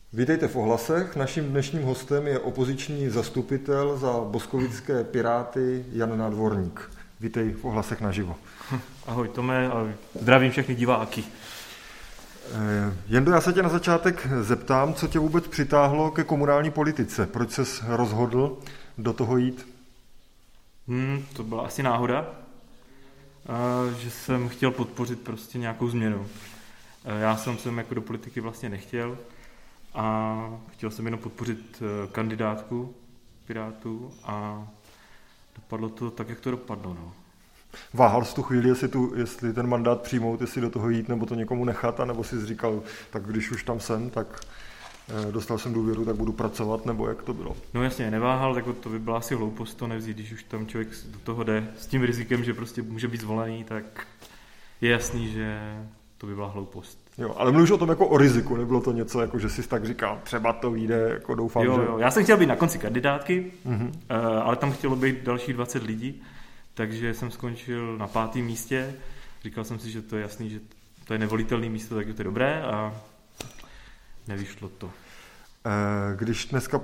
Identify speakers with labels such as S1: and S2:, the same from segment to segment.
S1: Vítejte v Ohlasech. Naším dnešním hostem je opoziční zastupitel za boskovické Piráty Jan Nádvorník. Vítej v Ohlasech naživo.
S2: Ahoj Tome a zdravím všechny diváky.
S1: Jendo, já se tě na začátek zeptám, co tě vůbec přitáhlo ke komunální politice? Proč ses rozhodl do toho jít?
S2: To byla asi náhoda, že jsem chtěl podpořit prostě nějakou změnu. Já jsem jako do politiky vlastně nechtěl a chtěl jsem jenom podpořit kandidátku Pirátů a dopadlo to tak, jak to dopadlo. No.
S1: Váhal jsi tu chvíli, jestli ten mandát přijmout, jestli do toho jít, nebo to někomu nechat, anebo jsi říkal, tak když už tam jsem, tak dostal jsem důvěru, tak budu pracovat, nebo jak to bylo?
S2: No jasně, neváhal, tak to by byla asi hloupost to nevzít, když už tam člověk do toho jde s tím rizikem, že prostě může být zvolený, tak je jasný, že to by byla hloupost.
S1: Jo, ale mluvíš o tom jako o riziku, nebylo to něco, jako že jsi tak říkal, třeba to vyjde, jako doufám, že...
S2: Jo, já jsem chtěl být na konci kandidátky, ale tam chtělo být dalších 20 lidí, takže jsem skončil na 5. místě. Říkal jsem si, že to je jasný, že to je nevolitelné místo, takže to je dobré a nevyšlo to.
S1: Když dneska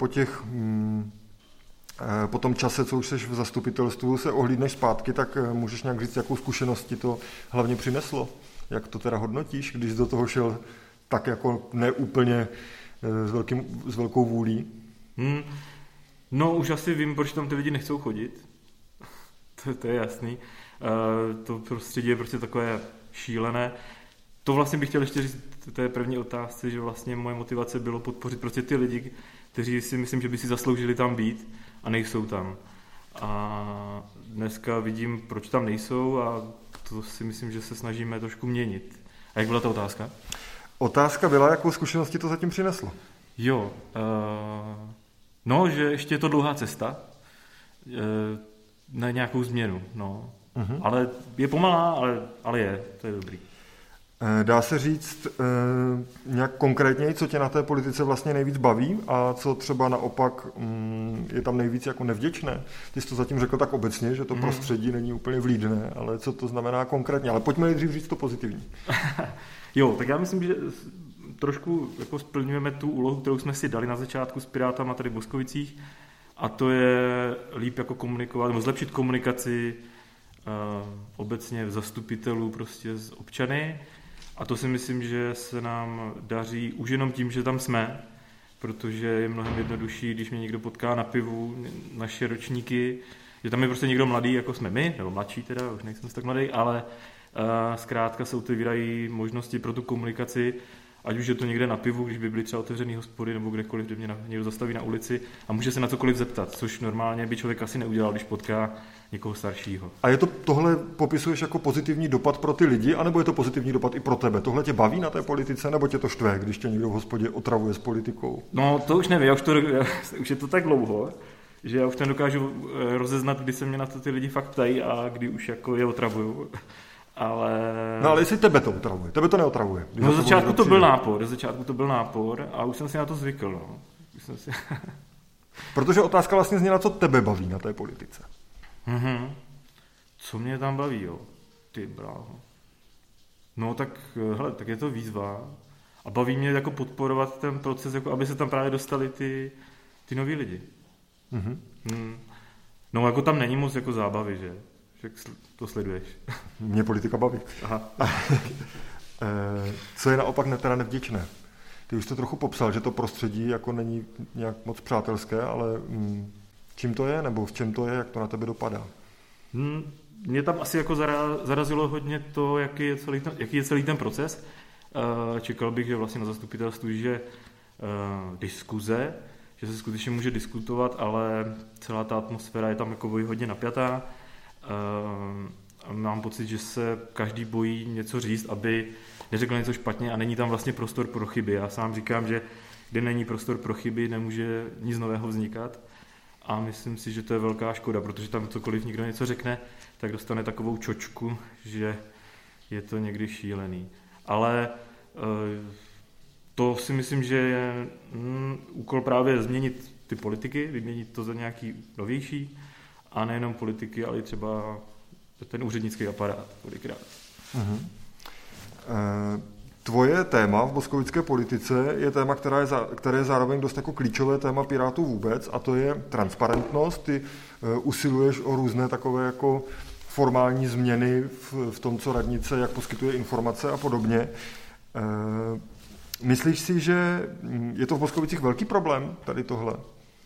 S1: po tom čase, co už jsi v zastupitelstvu, se ohlídneš zpátky, tak můžeš nějak říct, jakou zkušenost ti to hlavně přineslo? Jak to teda hodnotíš, když do toho šel tak jako neúplně s velkou vůlí?
S2: No už asi vím, proč tam ty lidi nechcou chodit. To je jasný. To prostředí je prostě takové šílené. To vlastně bych chtěl ještě říct té první otázce, že vlastně moje motivace bylo podpořit prostě ty lidi, kteří si myslím, že by si zasloužili tam být a nejsou tam. A dneska vidím, proč tam nejsou a to si myslím, že se snažíme trošku měnit. A jak byla ta otázka?
S1: Otázka byla, jakou zkušenosti to zatím přineslo.
S2: Jo, že ještě je to dlouhá cesta na nějakou změnu, no. Ale je pomalá, ale to je dobrý.
S1: Dá se říct nějak konkrétněji, co tě na té politice vlastně nejvíc baví a co třeba naopak je tam nejvíc jako nevděčné? Ty jsi to zatím řekl tak obecně, že to prostředí není úplně vlídné, ale co to znamená konkrétně? Ale pojďme nejdřív říct to pozitivní.
S2: Jo, tak já myslím, že trošku jako splňujeme tu úlohu, kterou jsme si dali na začátku s Pirátama tady v Boskovicích, a to je líp jako komunikovat, nebo zlepšit komunikaci obecně zastupitelů prostě s občany. A to si myslím, že se nám daří už jenom tím, že tam jsme, protože je mnohem jednodušší, když mě někdo potká na pivu, naše ročníky, že tam je prostě někdo mladý, jako jsme my, nebo mladší teda, už nejsem tak mladý, ale zkrátka se otevírají možnosti pro tu komunikaci, ať už je to někde na pivu, když by byly třeba otevřený hospody nebo kdekoliv, kde mě někdo zastaví na ulici a může se na cokoliv zeptat, což normálně by člověk asi neudělal, když potká někoho staršího.
S1: A tohle popisuješ jako pozitivní dopad pro ty lidi, anebo je to pozitivní dopad i pro tebe? Tohle tě baví na té politice, nebo tě to štve, když tě někdo v hospodě otravuje s politikou?
S2: No to už nevím, už je to tak dlouho, že já už nedokážu rozeznat, kdy se mě na to ty lidi fakt ptají a kdy už jako je otravuju. Ale
S1: jestli tebe to otravuje, tebe to neotravuje.
S2: Do začátku to byl nápor a už jsem si na to zvykl. No.
S1: Protože otázka vlastně zněla, co tebe baví na té politice.
S2: Co mě tam baví, jo? Ty bráho. No tak, hele, tak je to výzva a baví mě jako podporovat ten proces, jako aby se tam právě dostali ty noví lidi. No jako tam není moc jako zábavy, že? Jak to sleduješ?
S1: Mě politika baví.
S2: Aha.
S1: Co je naopak teda nevděčné? Ty už to trochu popsal, že to prostředí jako není nějak moc přátelské, ale čím to je, nebo v čem to je, jak to na tebe dopadá?
S2: Mě tam asi jako zarazilo hodně to, jaký je celý ten proces. Čekal bych, že vlastně na zastupitelstvu, že diskuze, že se skutečně může diskutovat, ale celá ta atmosféra je tam jako hodně napjatá. Mám pocit, že se každý bojí něco říct, aby neřekl něco špatně a není tam vlastně prostor pro chyby. Já sám říkám, že kde není prostor pro chyby, nemůže nic nového vznikat a myslím si, že to je velká škoda, protože tam cokoliv někdo něco řekne, tak dostane takovou čočku, že je to někdy šílený. Ale to si myslím, že je úkol právě změnit ty politiky, vyměnit to za nějaký novější a nejenom politiky, ale i třeba ten úřednický aparát kolikrát.
S1: Tvoje téma v boskovické politice je téma, které je zároveň dost jako klíčové téma Pirátů vůbec, a to je transparentnost. Ty usiluješ o různé takové jako formální změny v tom, co radnice, jak poskytuje informace a podobně. Myslíš si, že je to v Boskovicích velký problém, tady tohle?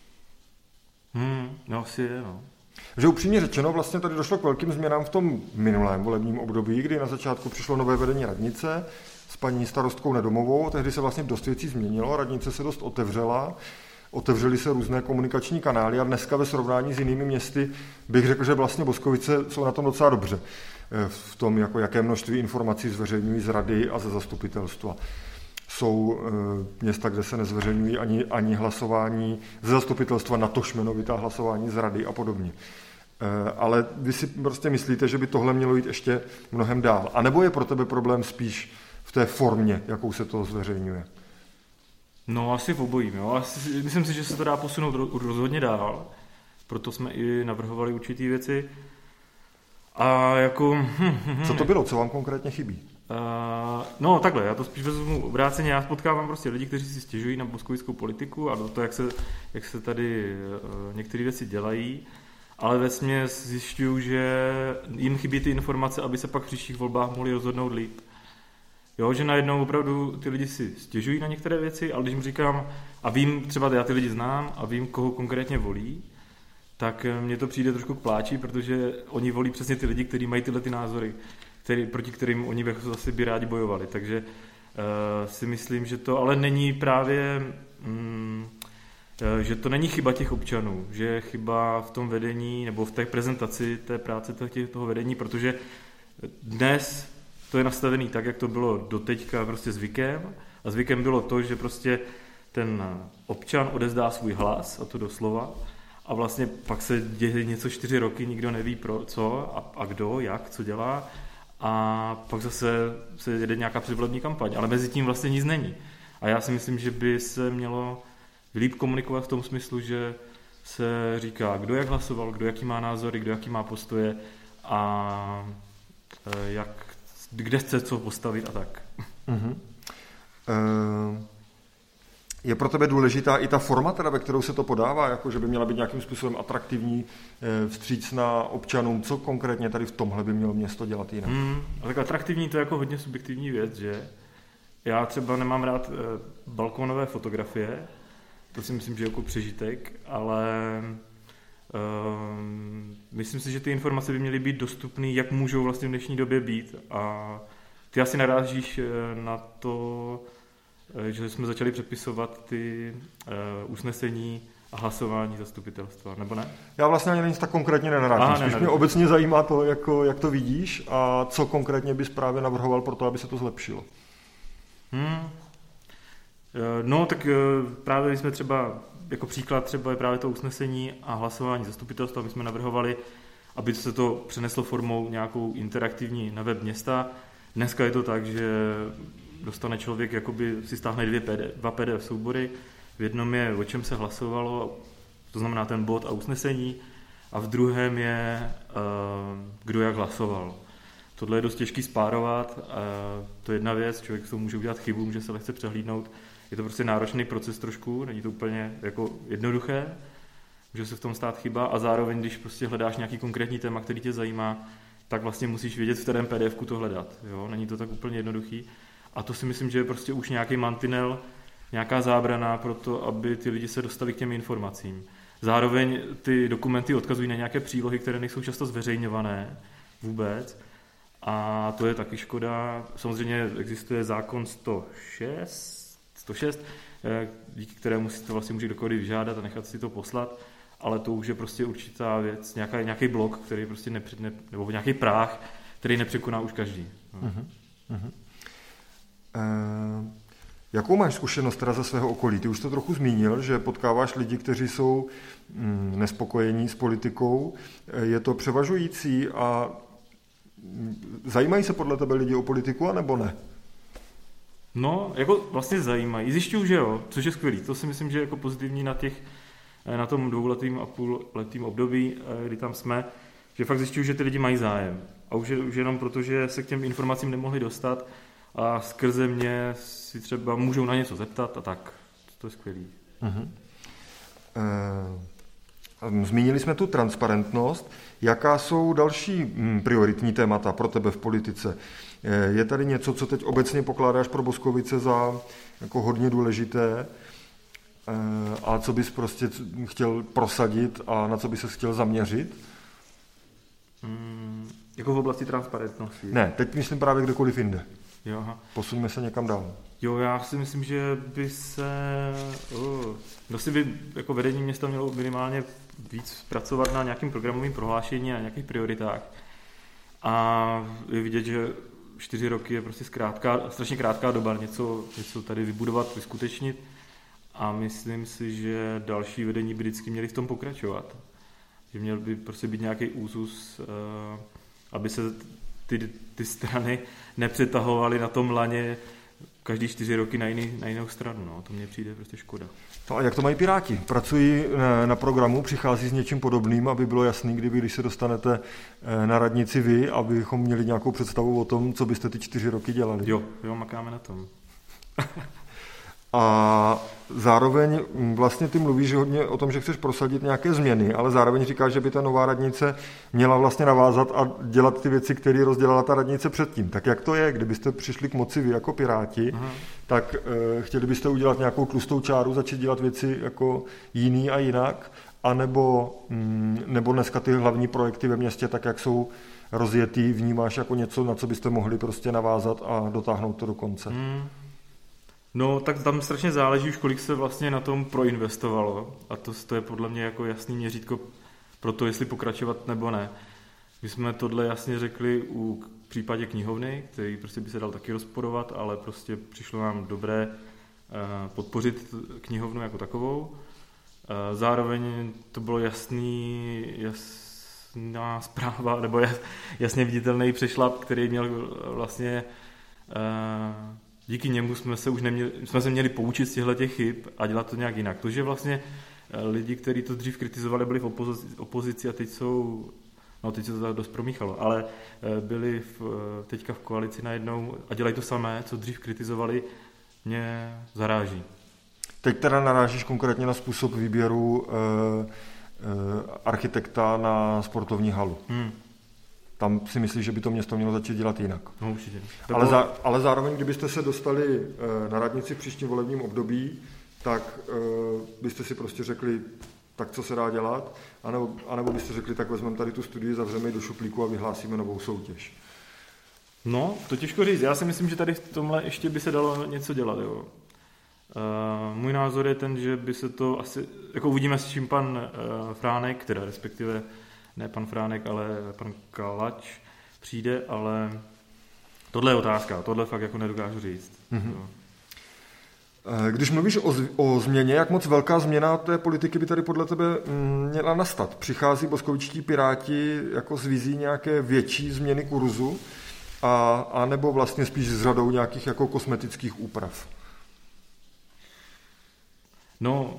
S2: No asi je, no.
S1: Že upřímně řečeno, vlastně tady došlo k velkým změnám v tom minulém volebním období, kdy na začátku přišlo nové vedení radnice s paní starostkou Nedomovou, tehdy se vlastně dost věcí změnilo, radnice se dost otevřela, otevřely se různé komunikační kanály a dneska ve srovnání s jinými městy bych řekl, že vlastně Boskovice jsou na tom docela dobře v tom, jako jaké množství informací zveřejňují z rady a ze zastupitelstva. Jsou města, kde se nezveřejňují ani hlasování ze zastupitelstva, natož jmenovitá hlasování z rady a podobně. Ale vy si prostě myslíte, že by tohle mělo jít ještě mnohem dál? A nebo je pro tebe problém spíš v té formě, jakou se to zveřejňuje?
S2: No asi v obojím, jo. Myslím si, že se to dá posunout rozhodně dál. Proto jsme i navrhovali určitý věci. A jako...
S1: Co to bylo? Co vám konkrétně chybí?
S2: No takhle, já to spíš vezmu obráceně. Já potkávám prostě lidi, kteří si stěžují na boskovickou politiku a do toho, jak se tady některé věci dělají. Ale vesměs zjišťuju, že jim chybí ty informace, aby se pak v příštích volbách mohli rozhodnout líp. Jo, že najednou opravdu ty lidi si stěžují na některé věci, ale když mu říkám, a vím, třeba já ty lidi znám a vím, koho konkrétně volí, tak mně to přijde trošku k pláči, protože oni volí přesně ty lidi, kteří mají tyhle ty názory, proti kterým oni zase by rádi bojovali. Takže si myslím, že to ale není právě, že to není chyba těch občanů, že je chyba v tom vedení nebo v té prezentaci té práce toho vedení, protože dnes to je nastavený tak, jak to bylo doteďka prostě zvykem. A zvykem bylo to, že prostě ten občan odezdá svůj hlas, a to doslova, a vlastně pak se děje něco 4 roky, nikdo neví pro co a kdo, jak, co dělá. A pak zase se jede nějaká předvolební kampaň, ale mezi tím vlastně nic není. A já si myslím, že by se mělo líp komunikovat v tom smyslu, že se říká, kdo jak hlasoval, kdo jaký má názory, kdo jaký má postoje a kde chce co postavit a tak.
S1: Je pro tebe důležitá i ta forma, teda, ve kterou se to podává, jako že by měla být nějakým způsobem atraktivní, vstřícná občanům? Co konkrétně tady v tomhle by mělo město dělat jinak?
S2: A tak atraktivní to je jako hodně subjektivní věc, že? Já třeba nemám rád balkónové fotografie, to si myslím, že je jako přežitek, ale myslím si, že ty informace by měly být dostupné, jak můžou vlastně v dnešní době být. A ty asi narážíš na to, že jsme začali přepisovat ty usnesení a hlasování zastupitelstva, nebo ne?
S1: Já vlastně ani nic tak konkrétně nenarážím. Spíš mě obecně zajímá to, jak to vidíš a co konkrétně bys právě navrhoval pro to, aby se to zlepšilo.
S2: No, tak právě jsme třeba, jako příklad třeba je právě to usnesení a hlasování zastupitelstva, my jsme navrhovali, aby se to přeneslo formou nějakou interaktivní na web města. Dneska je to tak, že dostane člověk, jakoby si stáhne dva PDF soubory, v jednom je, o čem se hlasovalo, to znamená ten bod a usnesení, a v druhém je, kdo jak hlasoval. Tohle je dost těžký spárovat, to je jedna věc, člověk to může udělat chybu, může se lehce přehlídnout. Je to prostě náročný proces trošku, není to úplně jako jednoduché, může se v tom stát chyba a zároveň, když prostě hledáš nějaký konkrétní téma, který tě zajímá, tak vlastně musíš vědět, v kterém PDFku to hledat. Jo? Není to tak úplně jednoduchý. A to si myslím, že je prostě už nějaký mantinel, nějaká zábrana pro to, aby ty lidi se dostali k těm informacím. Zároveň ty dokumenty odkazují na nějaké přílohy, které nejsou často zveřejňované vůbec. A to je taky škoda. Samozřejmě existuje zákon 106, díky kterému si to vlastně může kdokoliv vyžádat a nechat si to poslat, ale to už je prostě určitá věc, nějaký blok, který prostě nebo nějaký práh, který nepřekoná už každý.
S1: Jakou máš zkušenost teda ze svého okolí? Ty už to trochu zmínil, že potkáváš lidi, kteří jsou nespokojení s politikou. Je to převažující a zajímají se podle tebe lidi o politiku, anebo ne?
S2: No, jako vlastně zajímají. Zjišťuju, že jo, což je skvělý. To si myslím, že je jako pozitivní na tom 2letým a půlletým období, kdy tam jsme, že fakt zjišťuju, že ty lidi mají zájem. A už jenom proto, že se k těm informacím nemohli dostat a skrze mě si třeba můžou na něco zeptat a tak. To je skvělý.
S1: Zmínili jsme tu transparentnost. Jaká jsou další prioritní témata pro tebe v politice? Je tady něco, co teď obecně pokládáš pro Boskovice za jako hodně důležité a co bys prostě chtěl prosadit a na co bys se chtěl zaměřit?
S2: Jako v oblasti transparentnosti?
S1: Ne, teď myslím právě kdekoliv jinde.
S2: Jo, aha.
S1: Posuňme se někam dál.
S2: Jo, já si myslím, že by se... Vlastně by jako vedení města mělo minimálně víc pracovat na nějakým programovým prohlášení a nějakých prioritách. A je vidět, že 4 roky je prostě strašně krátká doba něco tady vybudovat, vyskutečnit. A myslím si, že další vedení by vždycky měli v tom pokračovat. Že měl by prostě být nějaký úzus, aby se ty strany nepřetahovaly na tom laně každý 4 roky na jinou stranu. No. To mně přijde prostě škoda.
S1: No a jak to mají Piráti? Pracují na programu, přichází s něčím podobným, aby bylo jasný, když se dostanete na radnici vy, abychom měli nějakou představu o tom, co byste ty 4 roky dělali?
S2: Jo, makáme na tom.
S1: A zároveň vlastně ty mluvíš hodně o tom, že chceš prosadit nějaké změny, ale zároveň říkáš, že by ta nová radnice měla vlastně navázat a dělat ty věci, které rozdělala ta radnice předtím. Tak jak to je, kdybyste přišli k moci vy jako Piráti, tak chtěli byste udělat nějakou tlustou čáru, začít dělat věci jako jiný a jinak, anebo dneska ty hlavní projekty ve městě, tak jak jsou rozjetý, vnímáš jako něco, na co byste mohli prostě navázat a dotáhnout to do konce?
S2: No, tak tam strašně záleží už, kolik se vlastně na tom proinvestovalo. A to je podle mě jako jasný měřítko pro to, jestli pokračovat nebo ne. My jsme tohle jasně řekli u případě knihovny, který prostě by se dal taky rozporovat, ale prostě přišlo nám dobré podpořit knihovnu jako takovou. Zároveň to bylo jasná zpráva, nebo jasně viditelný přešlap, který měl vlastně... Díky němu jsme se měli poučit z těchto chyb a dělat to nějak jinak. To, že vlastně lidi, kteří to dřív kritizovali, byli v opozici a teď se to dost promíchalo, ale byli teďka v koalici najednou a dělají to samé, co dřív kritizovali, mě zaráží.
S1: Teď teda narážíš konkrétně na způsob výběru architekta na sportovní halu. Tam si myslíš, že by to město mělo začít dělat jinak.
S2: No určitě.
S1: Ale zároveň, kdybyste se dostali na radnici v příštím volebním období, tak byste si prostě řekli, tak co se dá dělat, anebo byste řekli, tak vezmeme tady tu studii, zavřeme ji do šuplíku a vyhlásíme novou soutěž.
S2: No, to těžko říct. Já si myslím, že tady v tomhle ještě by se dalo něco dělat. Jo. Můj názor je ten, že by se to asi, jako uvidíme, s čím pan Fránek, teda respektive ne pan Fránek, ale pan Kalač přijde, ale tohle je otázka, tohle fakt jako nedokážu říct.
S1: Když mluvíš o změně, jak moc velká změna té politiky by tady podle tebe měla nastat? Přichází boskovičtí Piráti jako s vizí nějaké větší změny kurzu a nebo vlastně spíš s řadou nějakých jako kosmetických úprav?
S2: No,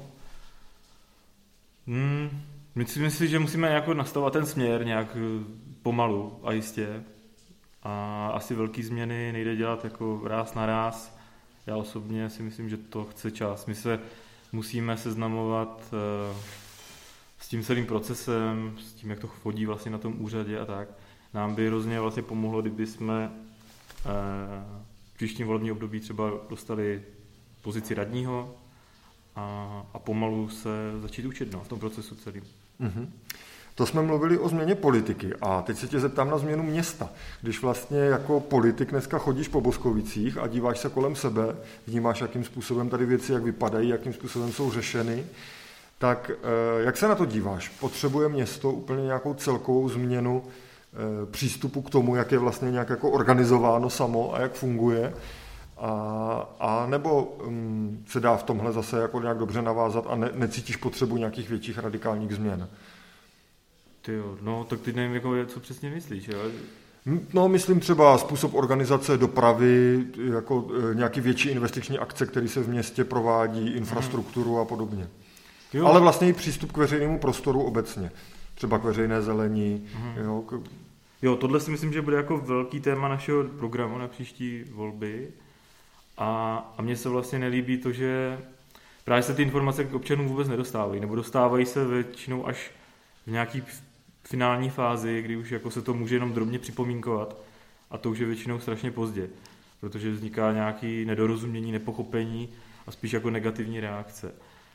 S2: myslím si, že musíme jako nastavovat ten směr nějak pomalu a jistě. A asi velký změny nejde dělat jako ráz na ráz. Já osobně si myslím, že to chce čas. My se musíme seznamovat s tím celým procesem, s tím, jak to chodí vlastně na tom úřadě a tak. Nám by hrozně vlastně pomohlo, kdyby jsme v příštím volebním období třeba dostali pozici radního a pomalu se začít učit v tom procesu celým.
S1: To jsme mluvili o změně politiky a teď se tě zeptám na změnu města. Když vlastně jako politik dneska chodíš po Boskovicích a díváš se kolem sebe, vnímáš, jakým způsobem tady věci jak vypadají, jakým způsobem jsou řešeny, tak jak se na to díváš? Potřebuje město úplně nějakou celkovou změnu přístupu k tomu, jak je vlastně nějak jako organizováno samo a jak funguje? A nebo se dá v tomhle zase jako nějak dobře navázat a necítíš potřebu nějakých větších radikálních změn?
S2: No, tak ty nevím, jako, co přesně myslíš, jo?
S1: No, myslím třeba způsob organizace dopravy, jako nějaký větší investiční akce, který se v městě provádí, infrastrukturu a podobně. Jo. Ale vlastně i přístup k veřejnému prostoru obecně. Třeba k veřejné zelení. Jo,
S2: Jo, tohle si myslím, že bude jako velký téma našeho programu na příští volby. A mně se vlastně nelíbí to, že právě se ty informace k občanům vůbec nedostávají, nebo dostávají se většinou až v nějaký finální fázi, kdy už jako se to může jenom drobně připomínkovat a to už je většinou strašně pozdě, protože vzniká nějaké nedorozumění, nepochopení a spíš jako negativní reakce.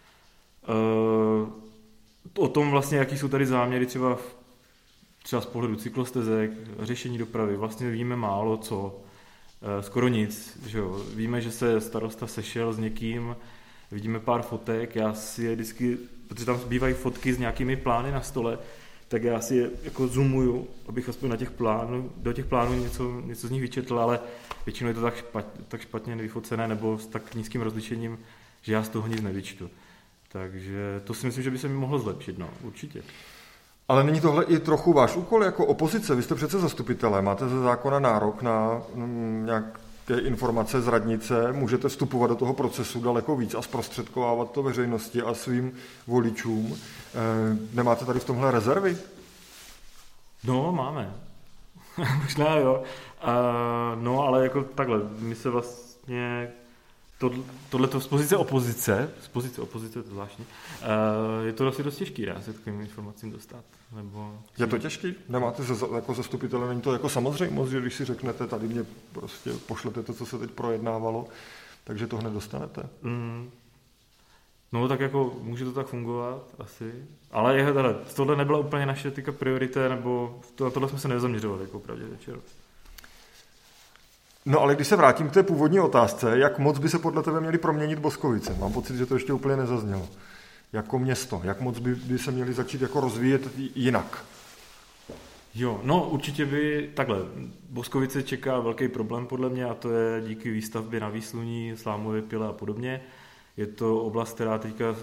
S2: O tom vlastně, jaký jsou tady záměry třeba z pohledu cyklostezek, řešení dopravy, vlastně víme málo co, skoro nic. Že jo? Víme, že se starosta sešel s někým, vidíme pár fotek, já si je vždycky, protože tam bývají fotky s nějakými plány na stole, tak já si je jako zoomuju, abych aspoň do těch plánů něco z nich vyčetl, ale většinou je to tak špatně vyfocené nebo s tak nízkým rozlišením, že já z toho nic nevyčtu. Takže to si myslím, že by se mi mohlo zlepšit, no, určitě.
S1: Ale není tohle i trochu váš úkol jako opozice? Vy jste přece zastupitelé, máte ze zákona nárok na nějaké informace z radnice, můžete vstupovat do toho procesu daleko víc a zprostředkovávat to veřejnosti a svým voličům. Nemáte tady v tomhle rezervy?
S2: No, máme. Možná jo. No, ale jako takhle, my se vlastně tohleto z pozice opozice, je to zvláštní, je to asi dost těžký, dá se takovým informacím dostat. Nebo...
S1: Je to těžký? Nemáte jako zastupitele, není to jako samozřejmost, že když si řeknete, tady mě prostě pošlete to, co se teď projednávalo, takže to hned dostanete?
S2: No tak jako může to tak fungovat asi, ale tohle nebyla úplně naše priorita, nebo tohle jsme se nezaměřovali, jako pravdě řečeno.
S1: No ale když se vrátím k té původní otázce, jak moc by se podle tebe měly proměnit Boskovice? Mám pocit, že to ještě úplně nezaznělo. Jako město, jak moc by se měly začít jako rozvíjet jinak?
S2: Jo, no určitě by, takhle, Boskovice čeká velký problém podle mě a to je díky výstavbě na Výsluní, Slámově pile a podobně. Je to oblast, která teďka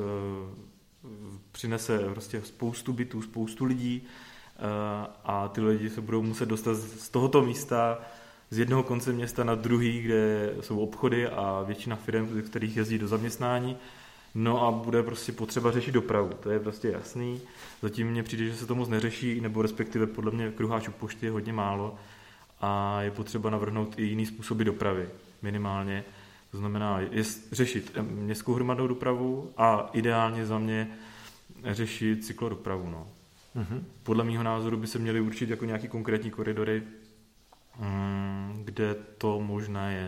S2: přinese prostě spoustu bytů, spoustu lidí a ty lidi se budou muset dostat z tohoto místa z jednoho konce města na druhý, kde jsou obchody a většina firm, ze kterých jezdí do zaměstnání. No a bude prostě potřeba řešit dopravu, to je prostě jasný. Zatím mně přijde, že se to moc neřeší, nebo respektive podle mě kruháčů pošty je hodně málo a je potřeba navrhnout i jiný způsoby dopravy, minimálně. To znamená řešit městskou hromadnou dopravu a ideálně za mě řešit cyklodopravu. No. Mm-hmm. Podle mýho názoru by se měly určit jako nějaký konkrétní koridory, kde to možné je.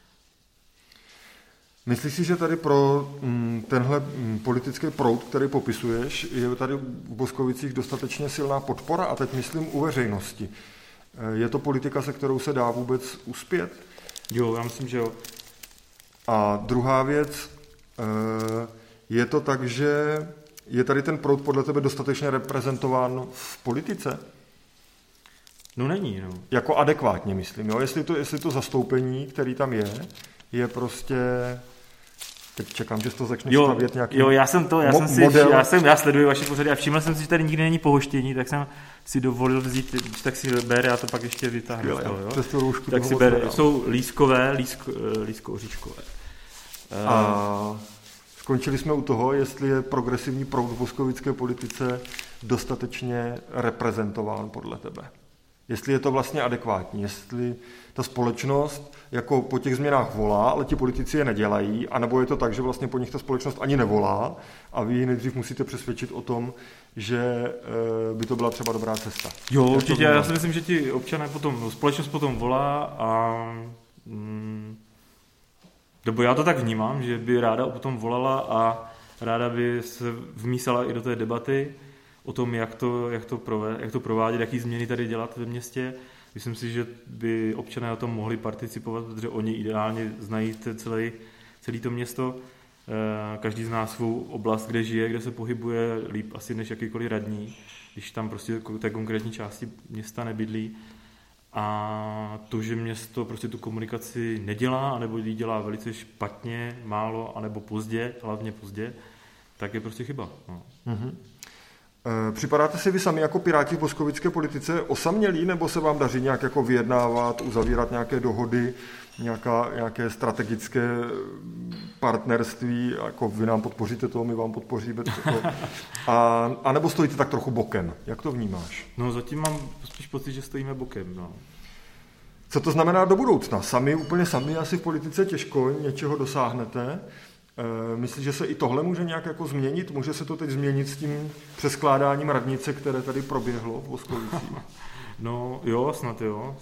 S1: Myslíš si, že tady pro tenhle politický proud, který popisuješ, je tady v Boskovicích dostatečně silná podpora a teď myslím u veřejnosti? Je to politika, se kterou se dá vůbec uspět?
S2: Jo, já myslím, že jo.
S1: A druhá věc, je to tak, že je tady ten proud podle tebe dostatečně reprezentován v politice?
S2: No není, no.
S1: Jako adekvátně, myslím, jo? Jestli to zastoupení, který tam je prostě... Teď čekám, že to začneš stavět nějaký
S2: model. Já sleduji vaše pořady a všiml jsem si, že tady nikdy není pohoštění, tak jsem si dovolil vzít, tak si ber, já to pak ještě vytáhnu.
S1: Jo?
S2: Tak si ber, jsou lísko-oříškové.
S1: A skončili jsme u toho, jestli je progresivní proud v boskovické politice dostatečně reprezentován podle tebe. Jestli je to vlastně adekvátní, jestli ta společnost jako po těch změnách volá, ale ti politici je nedělají, anebo je to tak, že vlastně po nich ta společnost ani nevolá a vy nejdřív musíte přesvědčit o tom, že by to byla třeba dobrá cesta.
S2: Jo, určitě, já si myslím, že ti občané společnost potom volá a nebo já to tak vnímám, že by ráda potom volala a ráda by se vmísala i do té debaty o tom, jak to provádět, jaký změny tady dělat ve městě. Myslím si, že by občané o tom mohli participovat, protože oni ideálně znají celé to město. Každý zná svou oblast, kde žije, kde se pohybuje líp asi než jakýkoliv radní, když tam prostě té konkrétní části města nebydlí. A to, že město prostě tu komunikaci nedělá, anebo ji dělá velice špatně, málo, anebo pozdě, hlavně pozdě, tak je prostě chyba. No.
S1: Mm-hmm. Připadáte si vy sami jako Piráti v boskovické politice osamělí, nebo se vám daří nějak jako vyjednávat, uzavírat nějaké dohody, nějaké strategické partnerství, jako vy nám podpoříte to, my vám podpoříme to. A nebo stojíte tak trochu bokem? Jak to vnímáš?
S2: No zatím mám spíš pocit, že stojíme bokem. No.
S1: Co to znamená do budoucna? Úplně sami asi v politice těžko něčeho dosáhnete. Myslíš, že se i tohle může nějak jako změnit? Může se to teď změnit s tím přeskládáním radnice, které tady proběhlo v Boskovicích?
S2: No jo, snad jo.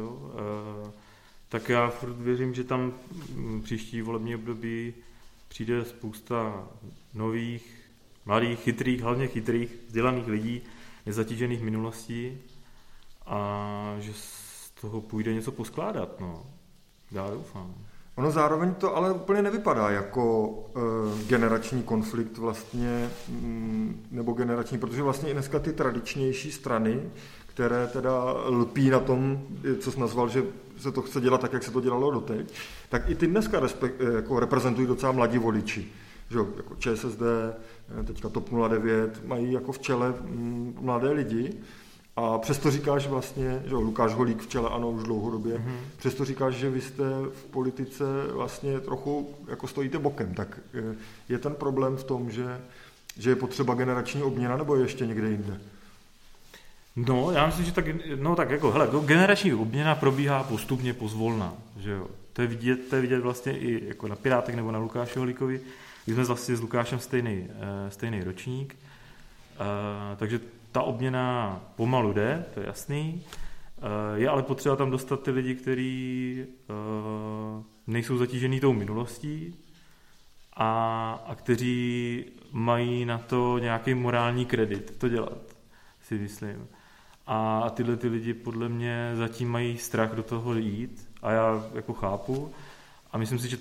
S2: Tak já furt věřím, že tam příští volební období přijde spousta nových, mladých, chytrých, hlavně chytrých, vzdělaných lidí, nezatížených minulostí a že z toho půjde něco poskládat. No. Já doufám.
S1: Ono zároveň to ale úplně nevypadá jako generační konflikt vlastně, nebo generační, protože vlastně i dneska ty tradičnější strany, které teda lpí na tom, co jsi nazval, že se to chce dělat tak, jak se to dělalo doteď, tak i ty dneska jako reprezentují docela mladí voliči. Že jo, jako ČSSD, teďka TOP 09, mají jako v čele mladé lidi. A přesto říkáš vlastně, že Lukáš Holík v čele ANO už dlouhodobě, přesto říkáš, že vy jste v politice vlastně trochu jako stojíte bokem, tak je ten problém v tom, že je potřeba generační obměna, nebo je ještě někde jinde?
S2: No, já myslím, že tak jako, hele, generační obměna probíhá postupně pozvolna, že jo. To je vidět vlastně i jako na Pirátech nebo na Lukáši Holíkovi, kdy jsme vlastně s Lukášem stejný ročník, takže ta obměna pomalu jde, to je jasný. Je ale potřeba tam dostat ty lidi, kteří nejsou zatížený tou minulostí a kteří mají na to nějaký morální kredit to dělat, si myslím. A tyhle ty lidi podle mě zatím mají strach do toho jít a já jako chápu. A myslím si, že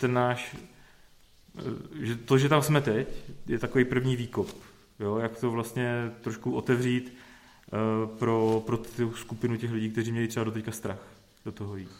S2: že tam jsme teď, je takový první výkop. Jo, jak to vlastně trošku otevřít pro tu skupinu těch lidí, kteří měli třeba doteďka strach do toho jít.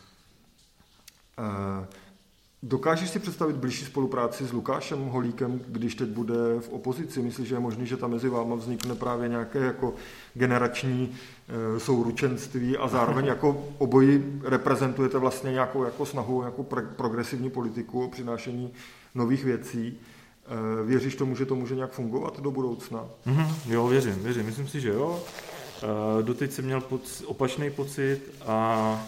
S1: Dokážeš si představit blížší spolupráci s Lukášem Holíkem, když teď bude v opozici? Myslíš, že je možný, že tam mezi váma vznikne právě nějaké jako generační souručenství a zároveň jako oboji reprezentujete vlastně nějakou jako snahu, jako progresivní politiku o přinášení nových věcí? Věříš tomu, že to může nějak fungovat do budoucna?
S2: Jo, věřím. Myslím si, že jo. Doteď jsem měl opačný pocit a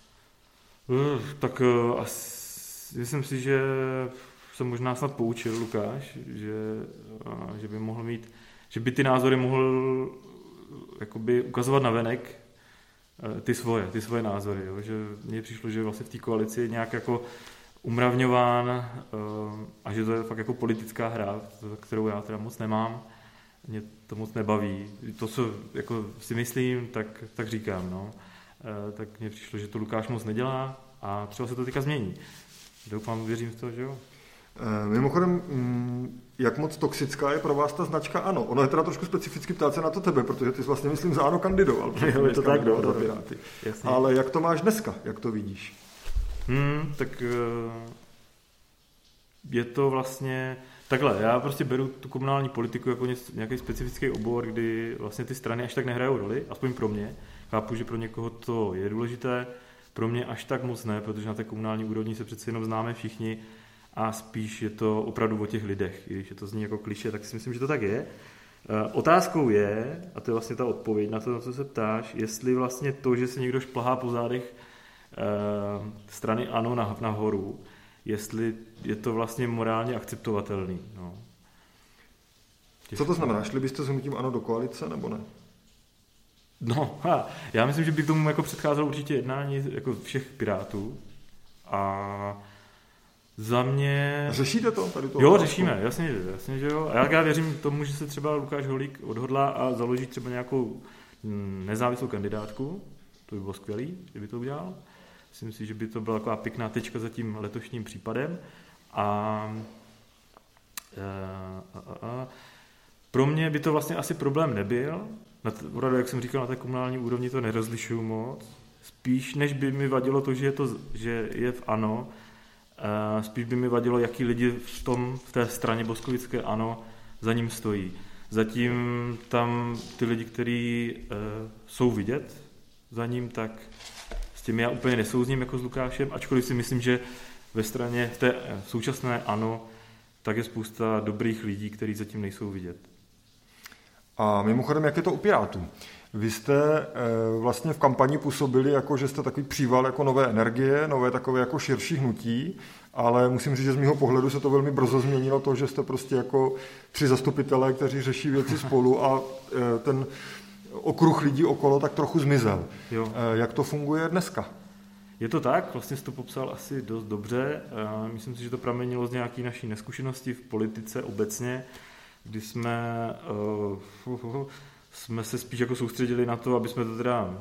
S2: tak myslím si, že jsem možná snad poučil Lukáš, že by mohl mít, že by ty názory mohl jakoby ukazovat navenek ty svoje názory. Jo? Že mně přišlo, že vlastně v té koalici je nějak jako umravňován a že to je fakt jako politická hra, kterou já teda moc nemám. Mě to moc nebaví. To, co jako si myslím, tak říkám. No. Tak mně přišlo, že to Lukáš moc nedělá a třeba se to teďka změní. Doufám, věřím v to, že jo.
S1: Mimochodem, jak moc toxická je pro vás ta značka ANO? Ono je teda trošku specificky ptát se na to tebe, protože ty jsi vlastně, myslím, za ANO kandidoval.
S2: Jo, je to tak, do
S1: Piráty. Ale jak to máš dneska? Jak to vidíš?
S2: Tak je to vlastně takhle, já prostě beru tu komunální politiku jako nějaký specifický obor, kdy vlastně ty strany až tak nehrajou roli, aspoň pro mě. Chápu, že pro někoho to je důležité, pro mě až tak moc ne, protože na té komunální úrovni se přece jenom známe všichni a spíš je to opravdu o těch lidech. I když je to zní jako klišé, tak si myslím, že to tak je. Otázkou je, a to je vlastně ta odpověď na to, na co se ptáš, jestli vlastně to, že se někdo šplhá po zádech strany ANO nahoru, jestli je to vlastně morálně akceptovatelný. No.
S1: Co to znamená? Šli byste s hnutím ANO do koalice, nebo ne?
S2: No, já myslím, že by k tomu jako předcházelo určitě jednání jako všech Pirátů a za mě...
S1: Řešíte to tady to?
S2: Jo, řešíme, jasně, že jo. A já věřím tomu, že se třeba Lukáš Holík odhodlá a založí třeba nějakou nezávislou kandidátku. To by bylo skvělý, kdyby to udělal. Myslím si, že by to byla taková pěkná tečka za tím letošním případem. A pro mě by to vlastně asi problém nebyl. Opravdu, jak jsem říkal, na té komunální úrovni to nerozlišuju moc. Spíš, než by mi vadilo to, že je v ANO, spíš by mi vadilo, jaký lidi v té straně boskovické ANO za ním stojí. Zatím tam ty lidi, kteří jsou vidět za ním, tak s tím já úplně nesouzním jako s Lukášem, ačkoliv si myslím, že ve straně v té současné ANO tak je spousta dobrých lidí, kteří zatím nejsou vidět.
S1: A mimochodem, jak je to u Pirátů? Vy jste vlastně v kampani působili jako, že jste takový příval jako nové energie, nové takové jako širší hnutí, ale musím říct, že z mého pohledu se to velmi brzo změnilo to, že jste prostě jako 3 zastupitelé, kteří řeší věci spolu a ten okruh lidí okolo tak trochu zmizel.
S2: Jo.
S1: Jak to funguje dneska?
S2: Je to tak, vlastně jsi to popsal asi dost dobře. Myslím si, že to pramenilo z nějaké naší neskušenosti v politice obecně, kdy jsme se spíš jako soustředili na to, aby jsme to teda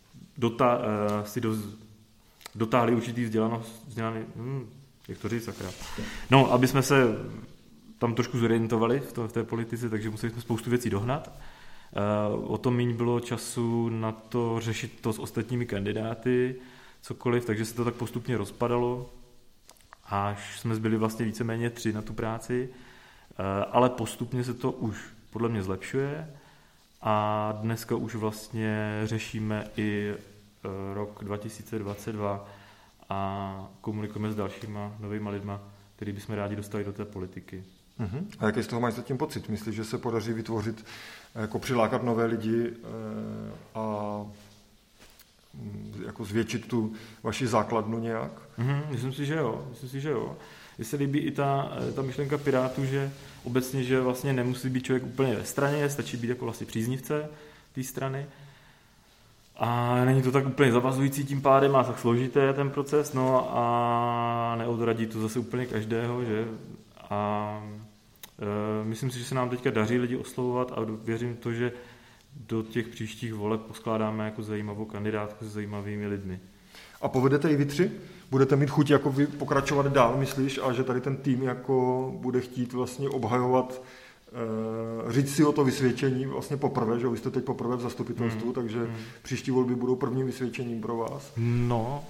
S2: dotáhli určitý vzdělaný, jak to říct, sakra. No, aby jsme se tam trošku zorientovali v té politice, takže museli jsme spoustu věcí dohnat. O tom méně bylo času na to řešit to s ostatními kandidáty, cokoliv, takže se to tak postupně rozpadalo, až jsme zbyli vlastně víceméně 3 na tu práci, ale postupně se to už podle mě zlepšuje a dneska už vlastně řešíme i rok 2022 a komunikujeme s dalšíma novýma lidma, který bychom rádi dostali do té politiky.
S1: A jaký z toho máš zatím pocit? Myslíš, že se podaří vytvořit, jako přilákat nové lidi a jako zvětšit tu vaši základnu nějak?
S2: Myslím si, že jo. Mně se líbí i ta myšlenka Pirátů, že obecně, že vlastně nemusí být člověk úplně ve straně, stačí být jako vlastně příznivce té strany. A není to tak úplně zavazující tím pádem a tak složité ten proces, no a neodradí to zase úplně každého, že? A myslím si, že se nám teďka daří lidi oslovovat a věřím to, že do těch příštích voleb poskládáme jako zajímavou kandidátku se zajímavými lidmi.
S1: A povedete i vy 3? Budete mít chuť jako vy pokračovat dál, myslíš? A že tady ten tým jako bude chtít vlastně obhajovat, říct si o to vysvědčení vlastně poprvé, že vy jste teď poprvé v zastupitelstvu, takže příští volby budou prvním vysvědčením pro vás?
S2: No,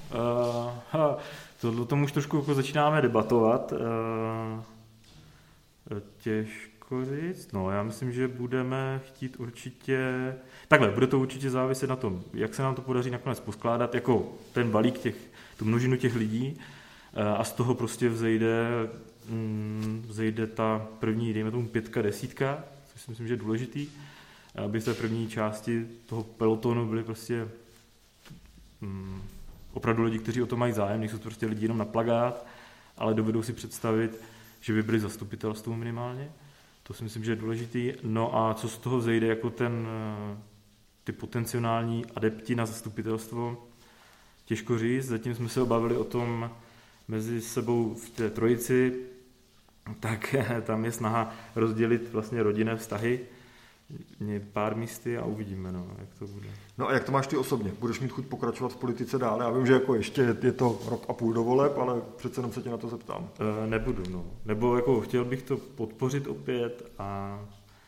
S2: o tom už trošku jako začínáme debatovat. Těžko říct. No, já myslím, že budeme chtít určitě... Takhle, bude to určitě záviset na tom, jak se nám to podaří nakonec poskládat, jako ten balík tu množinu těch lidí a z toho prostě vzejde ta první, dejme tomu 5, 10, což si myslím, že je důležitý, aby v té první části toho pelotonu byli prostě opravdu lidi, kteří o to mají zájem, nejsou to prostě lidi jenom na plakát, ale dovedou si představit, že by byli zastupitelstvu minimálně. To si myslím, že je důležitý. No a co z toho vzejde jako ty potenciální adepti na zastupitelstvo, těžko říct. Zatím jsme se obavili o tom mezi sebou v té trojici, tak tam je snaha rozdělit vlastně rodinné vztahy pár místy a uvidíme, no, jak to bude.
S1: No a jak to máš ty osobně? Budeš mít chuť pokračovat v politice dál? Já vím, že jako ještě je to 1,5 roku do voleb, ale přece jenom se tě na to zeptám.
S2: Nebudu, no. Nebo jako chtěl bych to podpořit opět a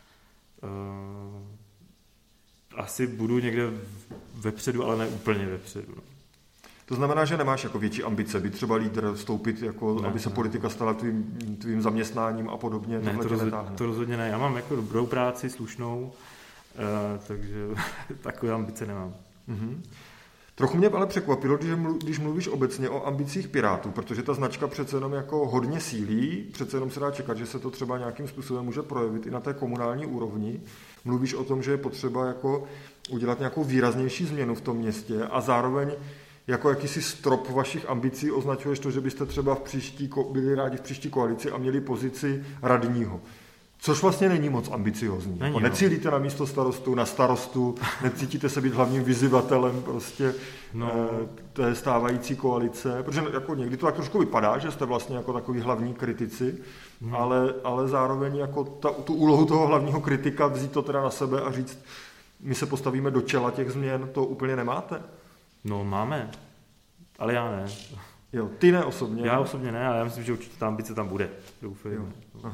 S2: asi budu někde vepředu, ale ne úplně vepředu. No.
S1: To znamená, že nemáš jako větší ambice, být třeba lídr, vstoupit, jako, ne, aby se politika stala tvým zaměstnáním a podobně?
S2: Ne, to rozhodně ne. Já mám jako dobrou práci, slušnou, takže takové ambice nemám.
S1: Trochu mě ale překvapilo, když mluvíš obecně o ambicích Pirátů, protože ta značka přece jenom jako hodně sílí, přece jenom se dá čekat, že se to třeba nějakým způsobem může projevit i na té komunální úrovni. Mluvíš o tom, že je potřeba jako udělat nějakou výraznější změnu v tom městě a zároveň jako jakýsi strop vašich ambicí označuješ to, že byste třeba byli rádi v příští koalici a měli pozici radního. Což vlastně není moc ambiciozní. Necílíte na místo starostu, na starostu, necítíte se být hlavním vyzývatelem prostě té stávající koalice, protože jako někdy to tak trošku vypadá, že jste vlastně jako takový hlavní kritici, ale zároveň jako tu úlohu toho hlavního kritika vzít to teda na sebe a říct, my se postavíme do čela těch změn, to úplně nemáte?
S2: No máme, ale já ne.
S1: Jo, ty ne osobně?
S2: Já osobně ne, ale já myslím, že určitě ta ambice tam bude. Doufám.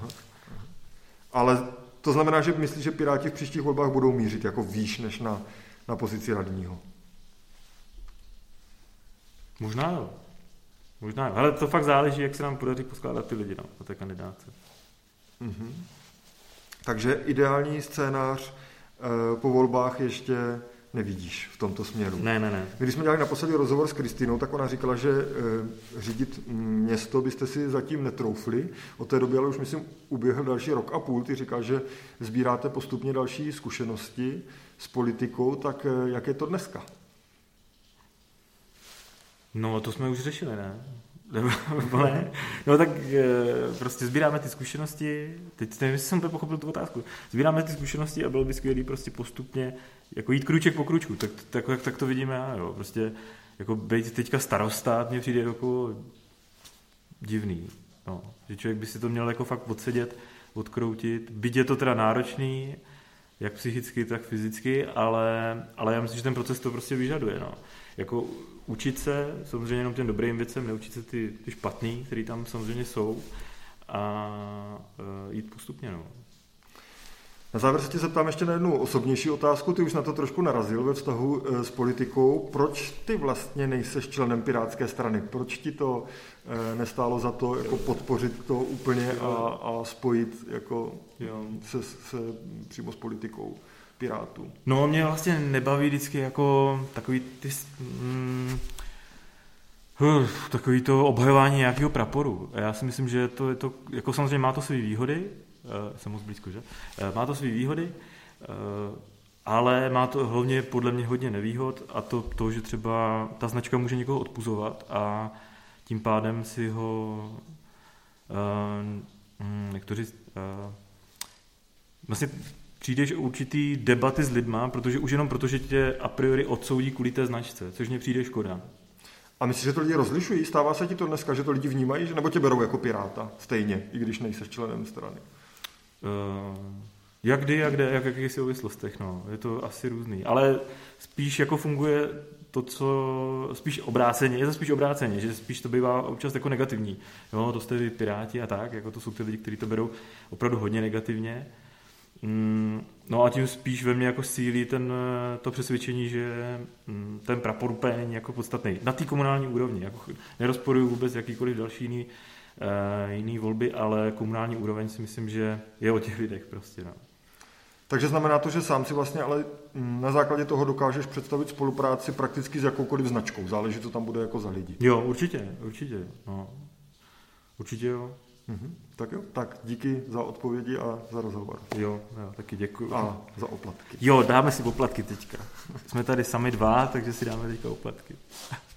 S1: Ale to znamená, že myslíš, že Piráti v příštích volbách budou mířit jako výš než na pozici radního?
S2: Možná jo. Ale to fakt záleží, jak se nám podaří poskládat ty lidi na té kandidáce.
S1: Takže ideální scénář po volbách ještě nevidíš v tomto směru.
S2: Ne.
S1: Když jsme dělali naposledy rozhovor s Kristýnou, tak ona říkala, že řídit město byste si zatím netroufli. Od té doby ale už myslím uběhl další rok a půl. Ty říkal, že sbíráte postupně další zkušenosti s politikou, tak jak je to dneska?
S2: No, to jsme už řešili, ne? No tak prostě sbíráme ty zkušenosti, teď nevím, jestli jsem to pochopil tu otázku, sbíráme ty zkušenosti a bylo by skvělý prostě postupně jako jít krůček po krůčku, tak to vidíme já, jo, prostě jako být teďka starosta mně přijde jako divný, no, že člověk by si to měl jako fakt odsedět, odkroutit, byť je to teda náročný, jak psychicky, tak fyzicky, ale já myslím, že ten proces to prostě vyžaduje, no, jako učit se, samozřejmě jenom těm dobrým věcem, neučit se ty špatný, které tam samozřejmě jsou a jít postupně. No.
S1: Na závěr se tě zeptám ještě na jednu osobnější otázku, ty už na to trošku narazil ve vztahu s politikou. Proč ty vlastně nejseš členem Pirátské strany? Proč ti to nestálo za to jako podpořit to úplně a spojit jako se přímo s politikou Pirátů?
S2: No, mě vlastně nebaví vždycky jako takový to obhajování nějakého praporu. Já si myslím, že to je to, jako samozřejmě má to své výhody, jsem moc blízko, že? Má to své výhody, ale má to hlavně podle mě hodně nevýhod a to, že třeba ta značka může někoho odpuzovat a tím pádem si ho jak to říct, vlastně přijdeš o určitý debaty s lidma, protože tě a priori odsoudí kvůli té značce, což mně přijde škoda.
S1: A myslíš, že to lidi rozlišují? Stává se ti to dneska, že to lidi vnímají, že nebo tě berou jako Piráta stejně, i když nejseš členem strany?
S2: Jak v jakých souvislostech, no. Je to asi různý. Ale spíš jako funguje to, co spíš obráceně, že spíš to bývá občas jako negativní. Jo, to jste vy Piráti a tak, jako to jsou ty lidi, kteří to berou opravdu hodně negativně. No a tím spíš ve mně jako sílí to přesvědčení, že ten prapor úplně není jako podstatný. Na té komunální úrovni, jako nerozporuju vůbec jakýkoliv další jiný volby, ale komunální úroveň si myslím, že je o těch lidech prostě. No.
S1: Takže znamená to, že sám si vlastně ale na základě toho dokážeš představit spolupráci prakticky s jakoukoliv značkou. Záleží, co tam bude jako za lidi.
S2: Jo, určitě. No. Určitě jo.
S1: Tak jo, tak díky za odpovědi a za rozhovor.
S2: Jo, taky děkuju.
S1: A za oplatky.
S2: Jo, dáme si oplatky teďka. Jsme tady sami dva, takže si dáme teďka oplatky.